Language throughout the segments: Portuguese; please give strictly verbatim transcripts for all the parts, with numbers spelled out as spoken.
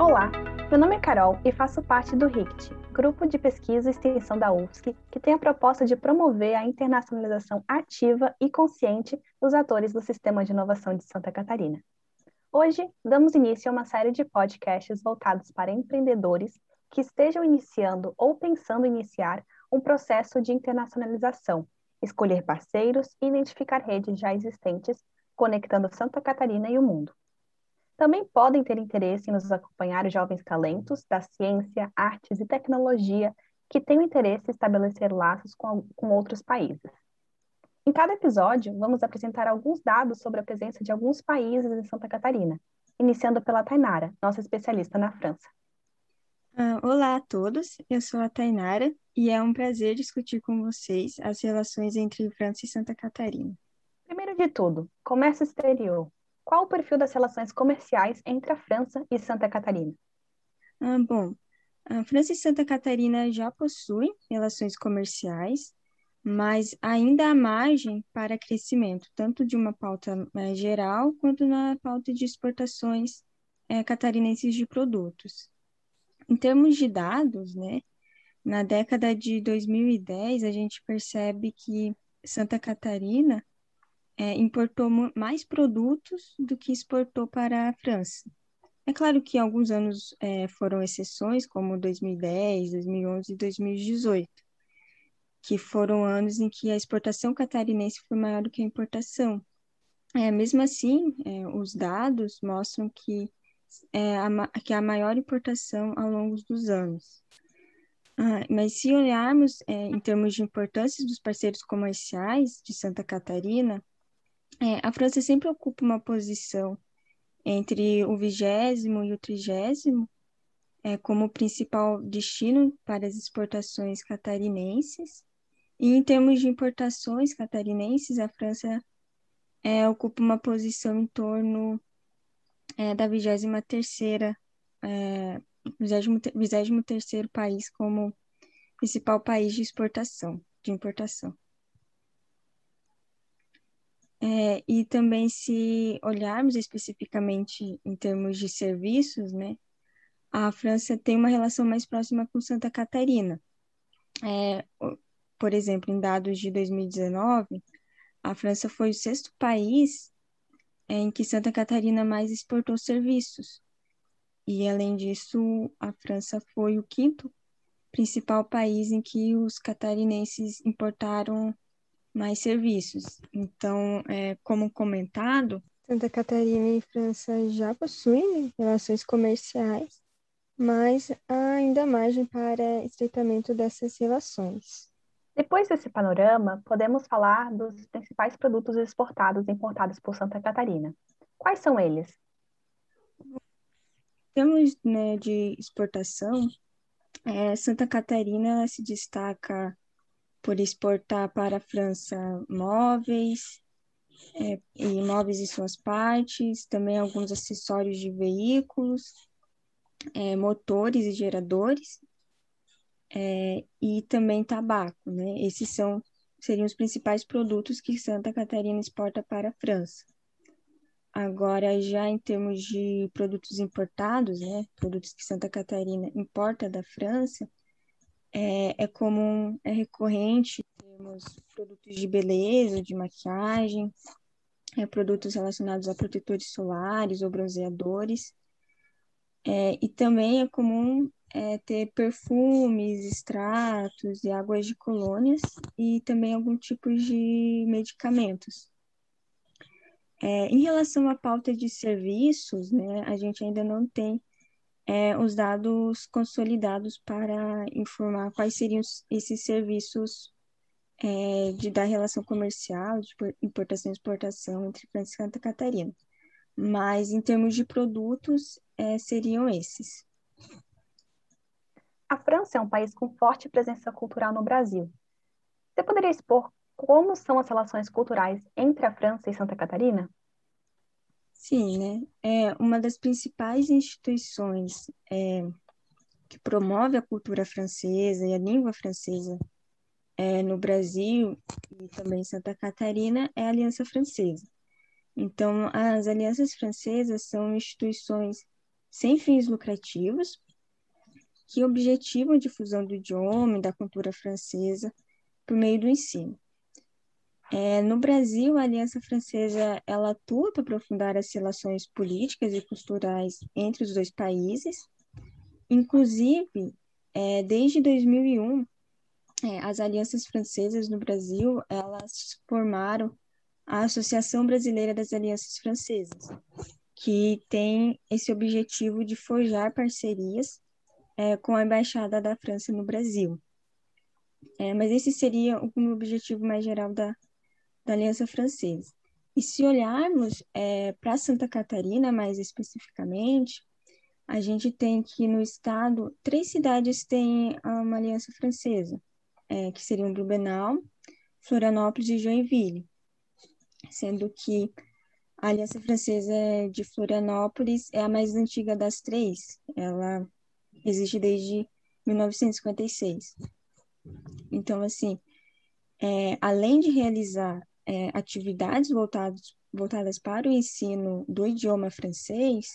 Olá, meu nome é Carol e faço parte do R I C T, Grupo de Pesquisa e Extensão da U F S C, que tem a proposta de promover a internacionalização ativa e consciente dos atores do Sistema de Inovação de Santa Catarina. Hoje, damos início a uma série de podcasts voltados para empreendedores que estejam iniciando ou pensando em iniciar um processo de internacionalização, escolher parceiros e identificar redes já existentes, conectando Santa Catarina e o mundo. Também podem ter interesse em nos acompanhar os jovens talentos da ciência, artes e tecnologia que têm o interesse em estabelecer laços com, com outros países. Em cada episódio, vamos apresentar alguns dados sobre a presença de alguns países em Santa Catarina, iniciando pela Tainara, nossa especialista na França. Ah, olá a todos, eu sou a Tainara e é um prazer discutir com vocês as relações entre França e Santa Catarina. Primeiro de tudo, comércio exterior. Qual o perfil das relações comerciais entre a França e Santa Catarina? Ah, bom, a França e Santa Catarina já possuem relações comerciais, mas ainda há margem para crescimento, tanto de uma pauta eh, geral quanto na pauta de exportações eh, catarinenses de produtos. Em termos de dados, né, na década de dois mil e dez, a gente percebe que Santa Catarina é, importou mu- mais produtos do que exportou para a França. É claro que alguns anos é, foram exceções, como dois mil e dez, dois mil e onze e dois mil e dezoito, que foram anos em que a exportação catarinense foi maior do que a importação. É, mesmo assim, é, os dados mostram que é a, ma- que há maior importação ao longo dos anos. Ah, mas se olharmos é, em termos de importância dos parceiros comerciais de Santa Catarina, é, a França sempre ocupa uma posição entre o vigésimo e o trigésimo, é, como principal destino para as exportações catarinenses. E em termos de importações catarinenses, a França é, ocupa uma posição em torno é, da vigésima terceira, é, vigésimo, vigésimo terceiro país como principal país de exportação, de importação. É, e também, se olharmos especificamente em termos de serviços, né, a França tem uma relação mais próxima com Santa Catarina. É, o- por exemplo, em dados de dois mil e dezenove, a França foi o sexto país é, em que Santa Catarina mais exportou serviços. E, além disso, a França foi o quinto principal país em que os catarinenses importaram mais serviços. Então, é, como comentado, Santa Catarina e França já possuem relações comerciais, mas há ainda margem para estreitamento dessas relações. Depois desse panorama, podemos falar dos principais produtos exportados e importados por Santa Catarina. Quais são eles? Em termos, né, de exportação, é, Santa Catarina ela se destaca por exportar para a França móveis, é, e móveis e suas partes, também alguns acessórios de veículos, é, motores e geradores, é, e também tabaco, né? Esses são, seriam os principais produtos que Santa Catarina exporta para a França. Agora, já em termos de produtos importados, né, produtos que Santa Catarina importa da França, é, é comum, é recorrente termos produtos de beleza, de maquiagem, é, produtos relacionados a protetores solares ou bronzeadores, é, e também é comum é, ter perfumes, extratos e águas de colônias e também algum tipo de medicamentos. É, em relação à pauta de serviços, né, a gente ainda não tem é, os dados consolidados para informar quais seriam os- esses serviços é, de, da relação comercial, de por- importação e exportação entre França e Santa Catarina. Mas, em termos de produtos, é, seriam esses. A França é um país com forte presença cultural no Brasil. Você poderia expor como são as relações culturais entre a França e Santa Catarina? Sim, né? É uma das principais instituições é, que promove a cultura francesa e a língua francesa é, no Brasil e também em Santa Catarina é a Aliança Francesa. Então, as alianças francesas são instituições sem fins lucrativos, que objetivam a difusão do idioma e da cultura francesa por meio do ensino. É, no Brasil, a Aliança Francesa ela atua para aprofundar as relações políticas e culturais entre os dois países. Inclusive, é, desde dois mil e um, é, as alianças francesas no Brasil elas formaram a Associação Brasileira das Alianças Francesas, que tem esse objetivo de forjar parcerias é, com a Embaixada da França no Brasil. É, mas esse seria um objetivo mais geral da, da Aliança Francesa. E se olharmos é, para Santa Catarina, mais especificamente, a gente tem que no estado, três cidades têm uma aliança francesa, é, que seriam Blumenau, Florianópolis e Joinville, sendo que a Aliança Francesa de Florianópolis é a mais antiga das três, ela existe desde mil novecentos e cinquenta e seis. Então, assim, é, além de realizar é, atividades voltadas, voltadas para o ensino do idioma francês,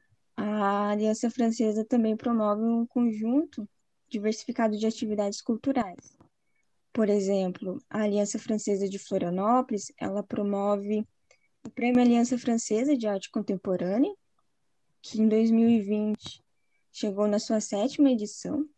a Aliança Francesa também promove um conjunto diversificado de atividades culturais. Por exemplo, a Aliança Francesa de Florianópolis, ela promove o Prêmio Aliança Francesa de Arte Contemporânea, que em dois mil e vinte chegou na sua sétima edição.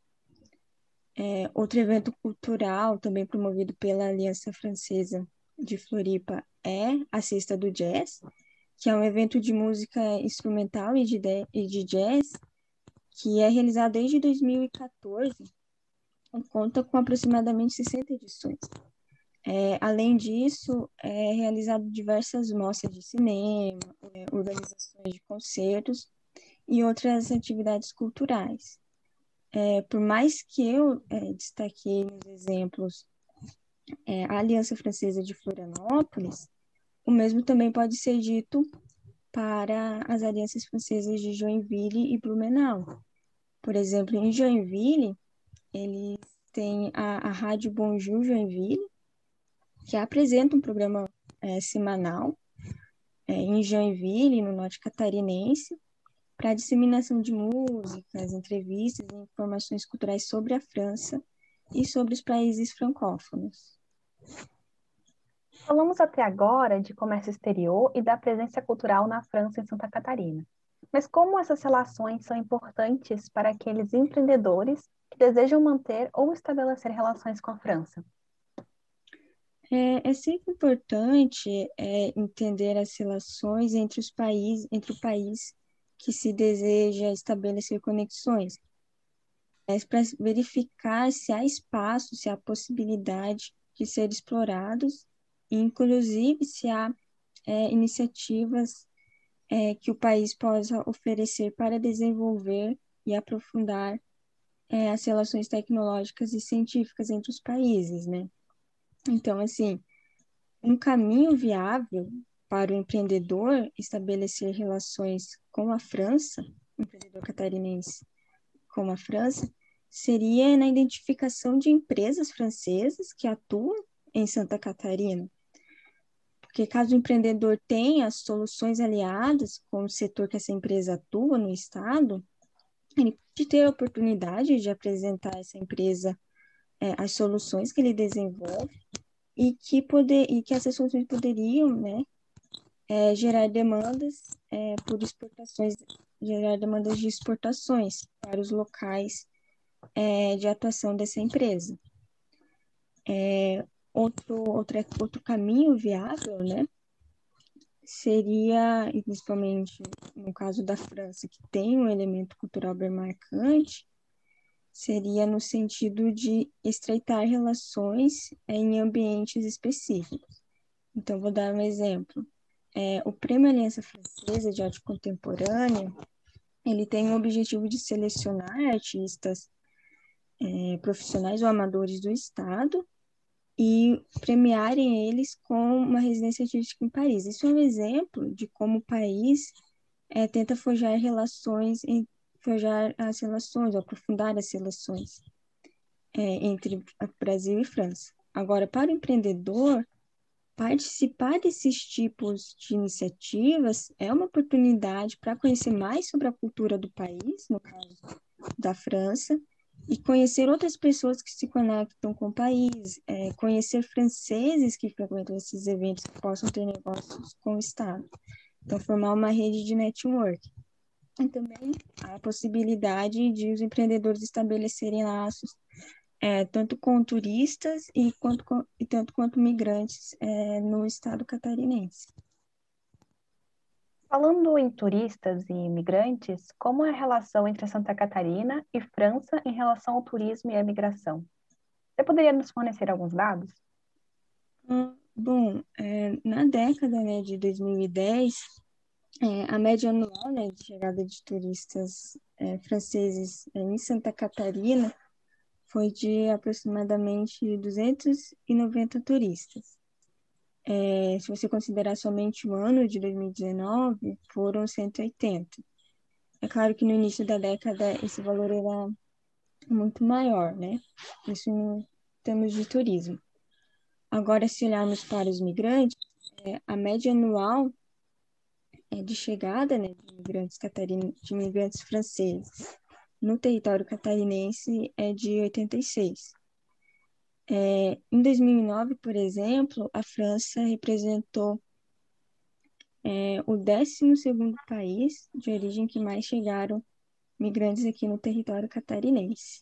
É, outro evento cultural, também promovido pela Aliança Francesa de Floripa, é a Sexta do Jazz, que é um evento de música instrumental e de, e de jazz, que é realizado desde dois mil e quatorze, e conta com aproximadamente sessenta edições. É, além disso, é realizado diversas mostras de cinema, é, organizações de concertos e outras atividades culturais. É, por mais que eu é, destaquei nos exemplos é, a Aliança Francesa de Florianópolis, o mesmo também pode ser dito para as alianças francesas de Joinville e Blumenau. Por exemplo, em Joinville, eles têm a, a Rádio Bonjour Joinville, que apresenta um programa é, semanal é, em Joinville, no norte catarinense, para a disseminação de músicas, entrevistas e informações culturais sobre a França e sobre os países francófonos. Falamos até agora de comércio exterior e da presença cultural na França e Santa Catarina. Mas como essas relações são importantes para aqueles empreendedores que desejam manter ou estabelecer relações com a França? É, é sempre importante é, entender as relações entre os países, entre o país que se deseja estabelecer conexões, é, para verificar se há espaço, se há possibilidade de ser explorados, e inclusive se há é, iniciativas é, que o país possa oferecer para desenvolver e aprofundar é, as relações tecnológicas e científicas entre os países, né? Então, assim, um caminho viável para o empreendedor estabelecer relações com a França, o empreendedor catarinense com a França, seria na identificação de empresas francesas que atuam em Santa Catarina. Porque caso o empreendedor tenha soluções aliadas com o setor que essa empresa atua no estado, ele pode ter a oportunidade de apresentar a essa empresa é, as soluções que ele desenvolve e que, poder, e que essas soluções poderiam, né, é, gerar demandas é, por exportações, gerar demandas de exportações para os locais é, de atuação dessa empresa. É, outro, outro, outro caminho viável, né, seria, e principalmente no caso da França, que tem um elemento cultural bem marcante, seria no sentido de estreitar relações em ambientes específicos. Então, vou dar um exemplo. É, o Prêmio Aliança Francesa de Arte Contemporânea, ele tem o objetivo de selecionar artistas é, profissionais ou amadores do Estado e premiarem eles com uma residência artística em Paris. Isso é um exemplo de como o país é, tenta forjar relações, em, forjar as relações, aprofundar as relações é, entre Brasil e França. Agora, para o empreendedor, participar desses tipos de iniciativas é uma oportunidade para conhecer mais sobre a cultura do país, no caso da França, e conhecer outras pessoas que se conectam com o país, é, conhecer franceses que frequentam esses eventos que possam ter negócios com o Estado. Então, formar uma rede de network. E também a possibilidade de os empreendedores estabelecerem laços, é, tanto com turistas e, quanto com, e tanto quanto migrantes é, no estado catarinense. Falando em turistas e imigrantes, como é a relação entre Santa Catarina e França em relação ao turismo e à migração? Você poderia nos fornecer alguns dados? Hum, bom, é, na década, né, de dois mil e dez, é, a média anual, né, de chegada de turistas é, franceses é, em Santa Catarina foi de aproximadamente duzentos e noventa turistas. É, se você considerar somente o ano de dois mil e dezenove, foram cento e oitenta. É claro que no início da década esse valor era muito maior, né? Isso em termos de turismo. Agora, se olharmos para os migrantes, é, a média anual é, de chegada, né, de imigrantes catarin... de imigrantes franceses no território catarinense é de oitenta e seis. É, em dois mil e nove, por exemplo, a França representou é, o décimo segundo país de origem que mais chegaram migrantes aqui no território catarinense.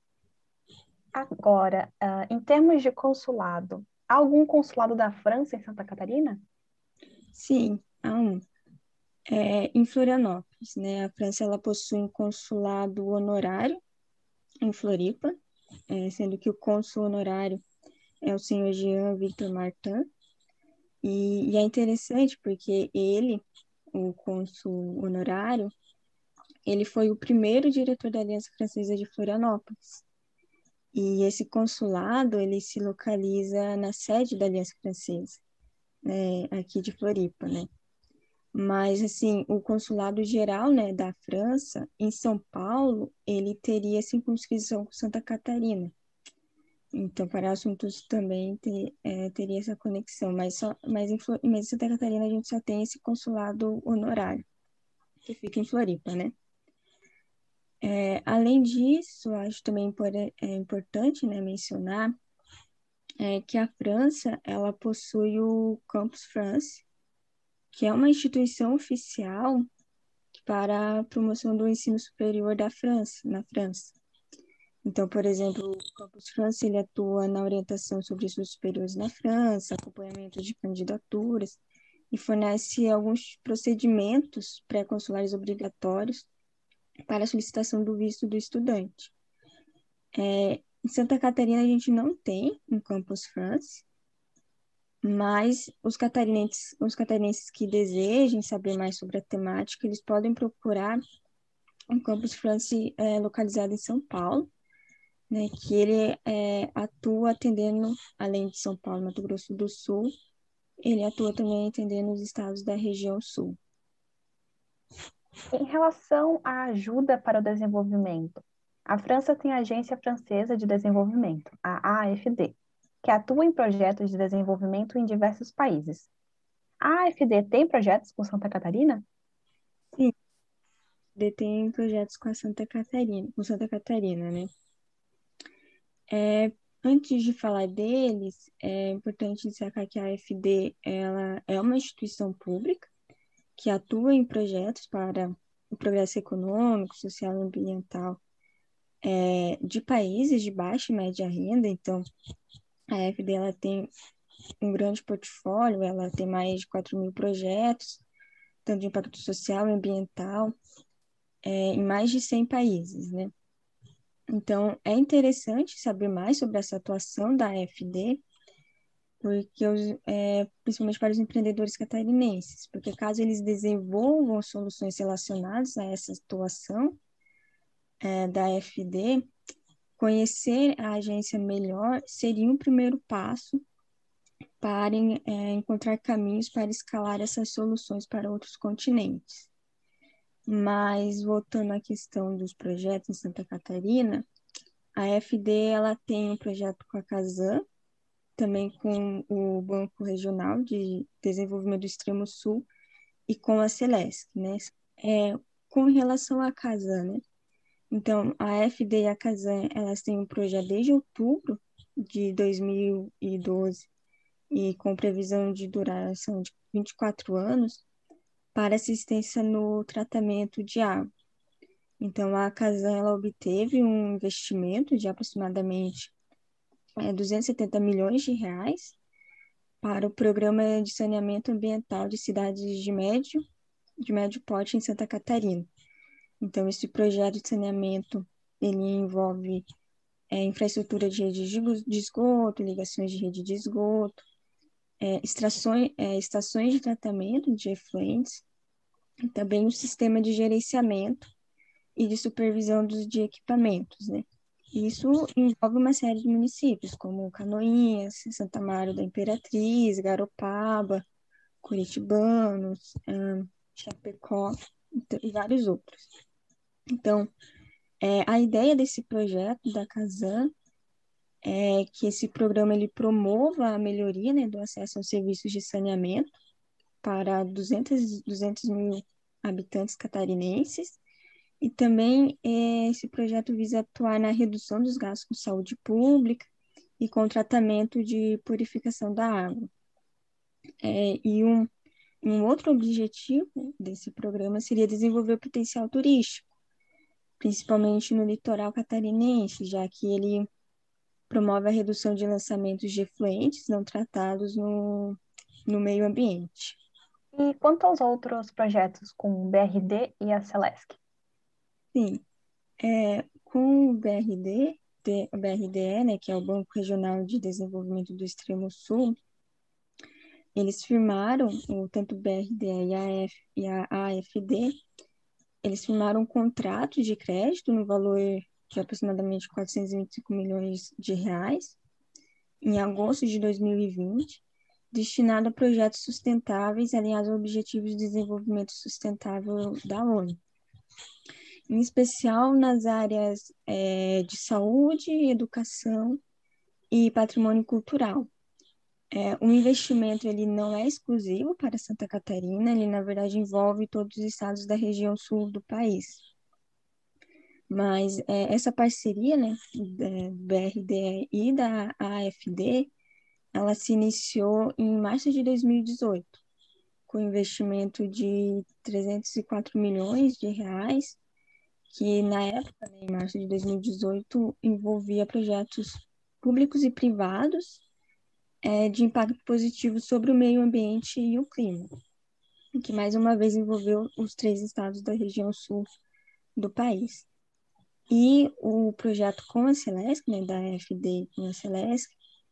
Agora, uh, em termos de consulado, há algum consulado da França em Santa Catarina? Sim, há um. É, em Florianópolis, né? A França ela possui um consulado honorário em Floripa, é, sendo que o cônsul honorário é o senhor Jean Victor Martin. E, e é interessante porque ele, o cônsul honorário, ele foi o primeiro diretor da Aliança Francesa de Florianópolis. E esse consulado, ele se localiza na sede da Aliança Francesa, né, aqui de Floripa, né? Mas, assim, o consulado geral, né, da França, em São Paulo, ele teria circunscrição com Santa Catarina. Então, para assuntos também ter, é, teria essa conexão. Mas, só, mas, em, Flor- mas em Santa Catarina a gente só tem esse consulado honorário, que fica em Floripa, né? É, além disso, acho também impor- é importante, né, mencionar é, que a França, ela possui o Campus France, que é uma instituição oficial para a promoção do ensino superior da França, na França. Então, por exemplo, o Campus France, ele atua na orientação sobre estudos superiores na França, acompanhamento de candidaturas e fornece alguns procedimentos pré-consulares obrigatórios para a solicitação do visto do estudante. É, em Santa Catarina, a gente não tem um Campus France, mas os catarinenses, os catarinenses que desejem saber mais sobre a temática, eles podem procurar um Campus France é, localizado em São Paulo, né, que ele é, atua atendendo, além de São Paulo, Mato Grosso do Sul, ele atua também atendendo os estados da região sul. Em relação à ajuda para o desenvolvimento, a França tem a Agência Francesa de Desenvolvimento, a A F D, que atua em projetos de desenvolvimento em diversos países. A AfD tem projetos com Santa Catarina? Sim, detém projetos com a Santa Catarina, com Santa Catarina, né? É, antes de falar deles, é importante destacar que a A F D ela é uma instituição pública que atua em projetos para o progresso econômico, social e ambiental é, de países de baixa e média renda. Então, a A F D ela tem um grande portfólio, ela tem mais de quatro mil projetos, tanto de impacto social e ambiental, é, em mais de cem países, né? Então, é interessante saber mais sobre essa atuação da A F D, porque os, é, principalmente para os empreendedores catarinenses, porque caso eles desenvolvam soluções relacionadas a essa atuação é, da A F D, conhecer a agência melhor seria um primeiro passo para é, encontrar caminhos para escalar essas soluções para outros continentes. Mas, voltando à questão dos projetos em Santa Catarina, a F D ela tem um projeto com a Casan, também com o Banco Regional de Desenvolvimento do Extremo Sul e com a Celesc, né? É, com relação à Casan, né? Então, a F D e a Casan, elas têm um projeto desde outubro de dois mil e doze e com previsão de duração de vinte e quatro anos para assistência no tratamento de água. Então, a Casan, ela obteve um investimento de aproximadamente é, duzentos e setenta milhões de reais para o Programa de Saneamento Ambiental de Cidades de médio, de médio porte em Santa Catarina. Então, esse projeto de saneamento, ele envolve é, infraestrutura de rede de esgoto, ligações de rede de esgoto, é, extrações, é, estações de tratamento de efluentes, e também o sistema de gerenciamento e de supervisão dos, de equipamentos, né? Isso envolve uma série de municípios, como Canoinhas, Santa Maria da Imperatriz, Garopaba, Curitibanos, hum, Chapecó e vários outros. Então, é, a ideia desse projeto da Casan é que esse programa ele promova a melhoria, né, do acesso aos serviços de saneamento para duzentos, duzentos mil habitantes catarinenses. E também é, esse projeto visa atuar na redução dos gastos com saúde pública e com tratamento de purificação da água. É, e um, um outro objetivo desse programa seria desenvolver o potencial turístico, principalmente no litoral catarinense, já que ele promove a redução de lançamentos de efluentes não tratados no, no meio ambiente. E quanto aos outros projetos com o B R D e a Celesc? Sim, é, com o B R D, o B R D E, né, que é o Banco Regional de Desenvolvimento do Extremo Sul, eles firmaram, o, tanto o B R D E e a, F, e a A F D, eles firmaram um contrato de crédito no valor de aproximadamente quatrocentos e vinte e cinco milhões de reais, em agosto de dois mil e vinte, destinado a projetos sustentáveis alinhados aos Objetivos de Desenvolvimento Sustentável da ONU, em especial nas áreas é, de saúde, educação e patrimônio cultural. É, o investimento ele não é exclusivo para Santa Catarina, ele na verdade envolve todos os estados da região sul do país. Mas é, essa parceria, né, da B R D e da A F D, ela se iniciou em março de dois mil e dezoito, com investimento de trezentos e quatro milhões de reais, que na época, né, em março de dois mil e dezoito, envolvia projetos públicos e privados é, de impacto positivo sobre o meio ambiente e o clima, que mais uma vez envolveu os três estados da região sul do país. E o projeto com a Celesc, né, da A F D com a Celesc,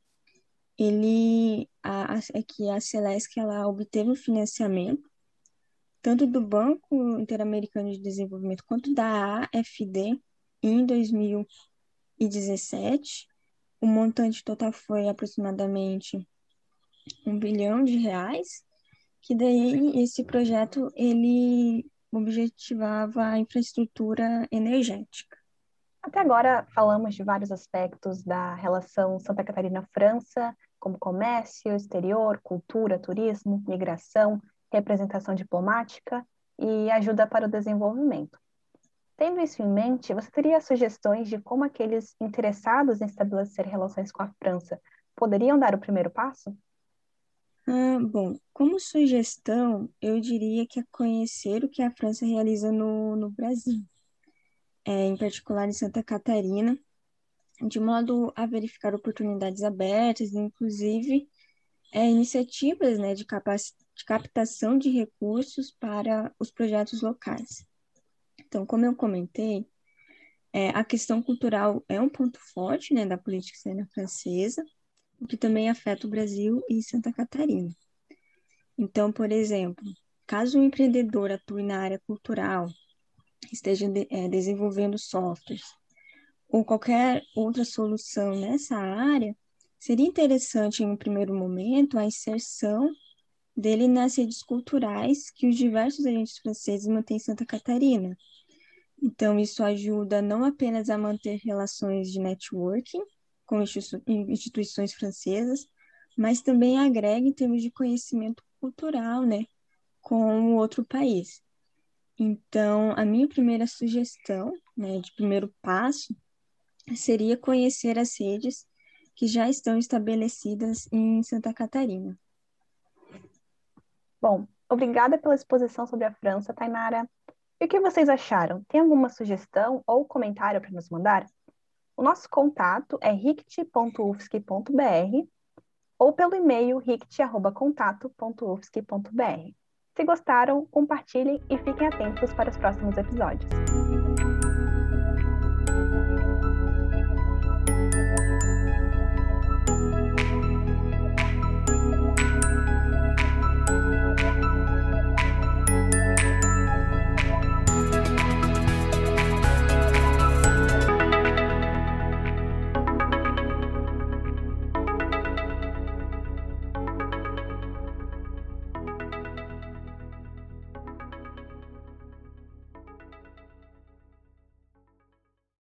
ele, a, a, é que a Celesc, ela obteve o financiamento tanto do Banco Interamericano de Desenvolvimento quanto da A F D em dois mil e dezessete. O montante total foi aproximadamente um bilhão de reais, que daí esse projeto, ele objetivava a infraestrutura energética. Até agora falamos de vários aspectos da relação Santa Catarina-França, como comércio exterior, cultura, turismo, migração, representação diplomática e ajuda para o desenvolvimento. Tendo isso em mente, você teria sugestões de como aqueles interessados em estabelecer relações com a França poderiam dar o primeiro passo? Ah, bom, como sugestão, eu diria que é conhecer o que a França realiza no, no Brasil, é, em particular em Santa Catarina, de modo a verificar oportunidades abertas, inclusive é, iniciativas, né, de, capac- de captação de recursos para os projetos locais. Então, como eu comentei, é, a questão cultural é um ponto forte, né, da política externa francesa, o que também afeta o Brasil e Santa Catarina. Então, por exemplo, caso um empreendedor atue na área cultural, esteja de, é, desenvolvendo softwares ou qualquer outra solução nessa área, seria interessante, em um primeiro momento, a inserção dele nas redes culturais que os diversos agentes franceses mantêm em Santa Catarina. Então, isso ajuda não apenas a manter relações de networking com instituições francesas, mas também agrega em termos de conhecimento cultural, né, com o outro país. Então, a minha primeira sugestão, né, de primeiro passo, seria conhecer as redes que já estão estabelecidas em Santa Catarina. Bom, obrigada pela exposição sobre a França, Tainara. E o que vocês acharam? Tem alguma sugestão ou comentário para nos mandar? O nosso contato é rict ponto u f s c ponto b r ou pelo e-mail rict arroba contato ponto u f s c ponto b r. Se gostaram, compartilhem e fiquem atentos para os próximos episódios.